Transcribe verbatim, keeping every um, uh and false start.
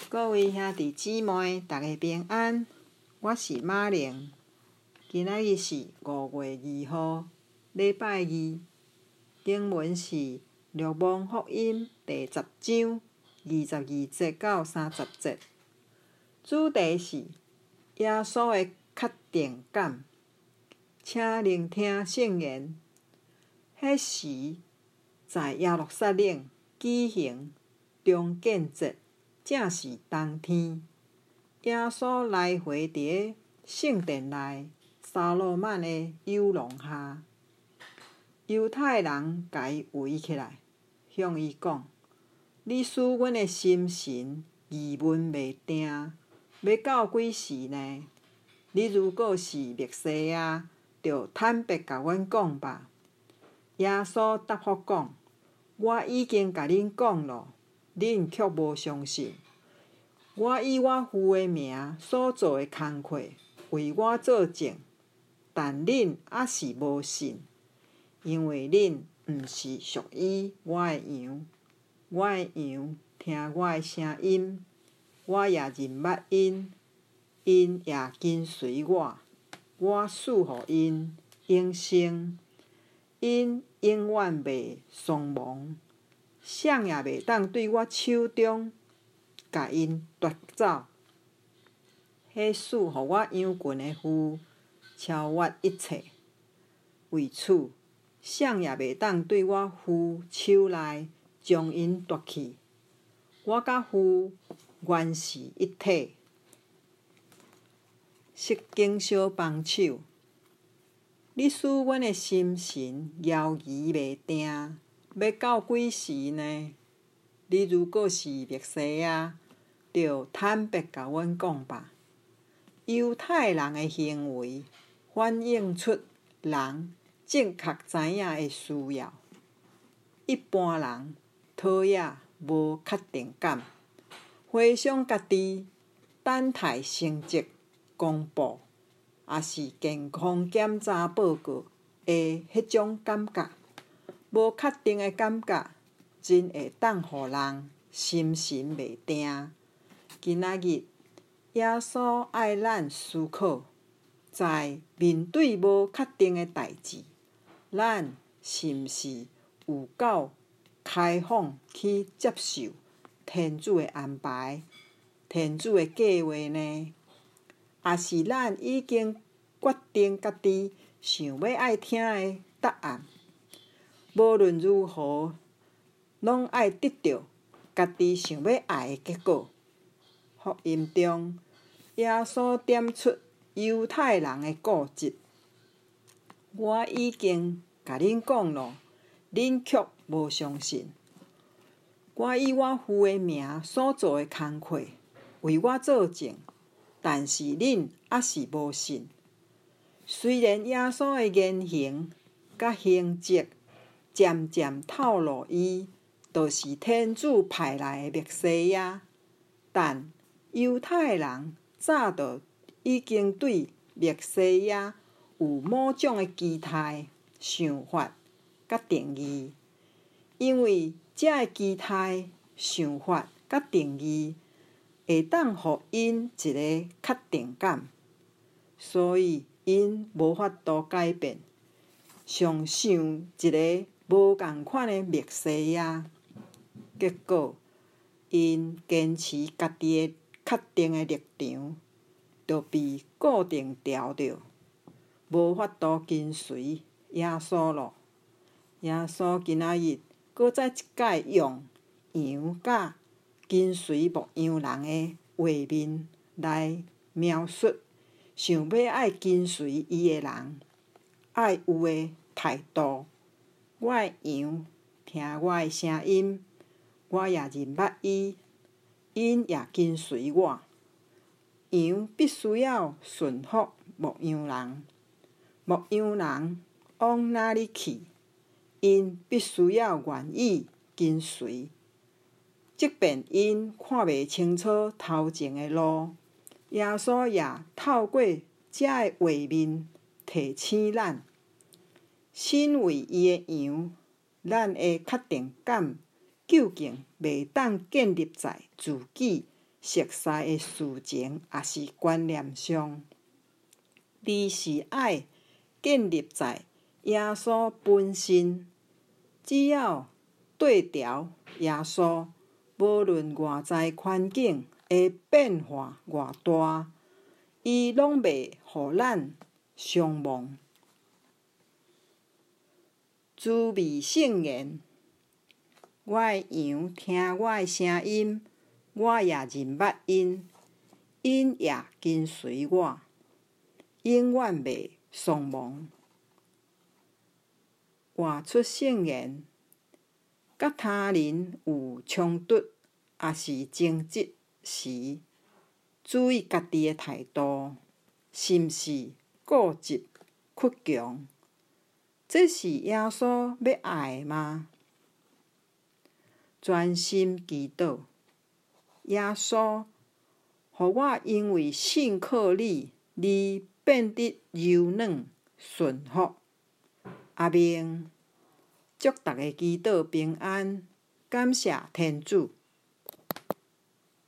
各位兄弟姊妹，大家平安。我是马玲。今仔日是五月二号，礼拜二。经文是《若望福音》第十章二十二节到三十节。主题是耶稣的确定感，请聆听圣言。迄时，在耶路撒冷举行中建节。正是冬天，耶稣来回伫圣殿内沙罗曼的游廊下，犹太人甲伊围起来，向伊讲：“你使阮的心神疑问袂定，要到几时呢？你如果是默西亚，就坦白甲阮讲吧。”耶稣答复讲：“我已经甲恁讲咯。”恁却无相信。我以我父的名所做的工课，为我作证，但恁还是无信，因为恁毋是属于我的羊。我的羊听我的声音，我也认捌因，因也跟随我。我赐予因永生，因永远袂丧亡。谁也袂当对我手中甲因夺走。迄赐予我羊群的父超越一切，为此，谁也袂当对我父手内将因夺去。我甲父原是一体。释经小帮手，你使阮的心神摇疑袂定。要到几时呢？你如果是默西亚，就坦白甲阮讲吧。犹太人的行为反映出人正确知影的需要。一般人讨厌无确定感，回想家己等待成绩公布，也是健康检查报告的迄种感觉。无确定的感觉，真会当互人心神袂定。今仔日，耶稣爱咱思考，在面对无确定的代志，咱是毋是有够开放去接受天主的安排、天主的计划呢？还是咱已经决定家己想要爱听的答案？无论如何，拢爱得到家己想要爱的结果。福音中，耶稣点出犹太人的固执。我已经甲恁讲咯，恁却无相信。我以我父的名所做的工课，为我作证，但是恁还是无信。虽然耶稣的言行甲行迹，渐渐透露伊就是天主派来的默西亚，但犹太人早就已经对默西亚有某种的期待、想法甲定义，因为这个期待、想法甲定义会当予因一个确定感，所以因无法度改变，想想一个无共款的默西亚，结果因坚持家己的确定的立场，就被固定牢着，无法度跟随耶稣咯。耶稣今仔日搁再一摆用羊甲跟随牧羊人的画面来描述，想要爱跟随伊的人爱有的态度。我的羊听我的声音，我也认捌伊，因也跟随我。羊必须要顺服牧羊人，牧羊人往哪里去，因必须要愿意跟随。即便因看袂清楚头前的路，耶稣也透过这个画面提醒咱。身为伊的羊，咱的确定感究竟袂当建立在自己熟悉的事情，也是观念上。二是爱建立在耶稣本身，只要对调耶稣，无论外在环境的变化偌大，伊拢袂互咱伤亡。滋味圣言，我的羊听我的声音，我也认捌因，因也跟随我，永远袂丧亡。活出圣言，甲他人有冲突也是争执时，注意家己的态度，是毋是固执倔强？这是耶稣要爱的吗？专心祈祷，耶稣，互我因为信靠你而变得柔软顺服。阿明，祝大家祈祷平安，感谢天主。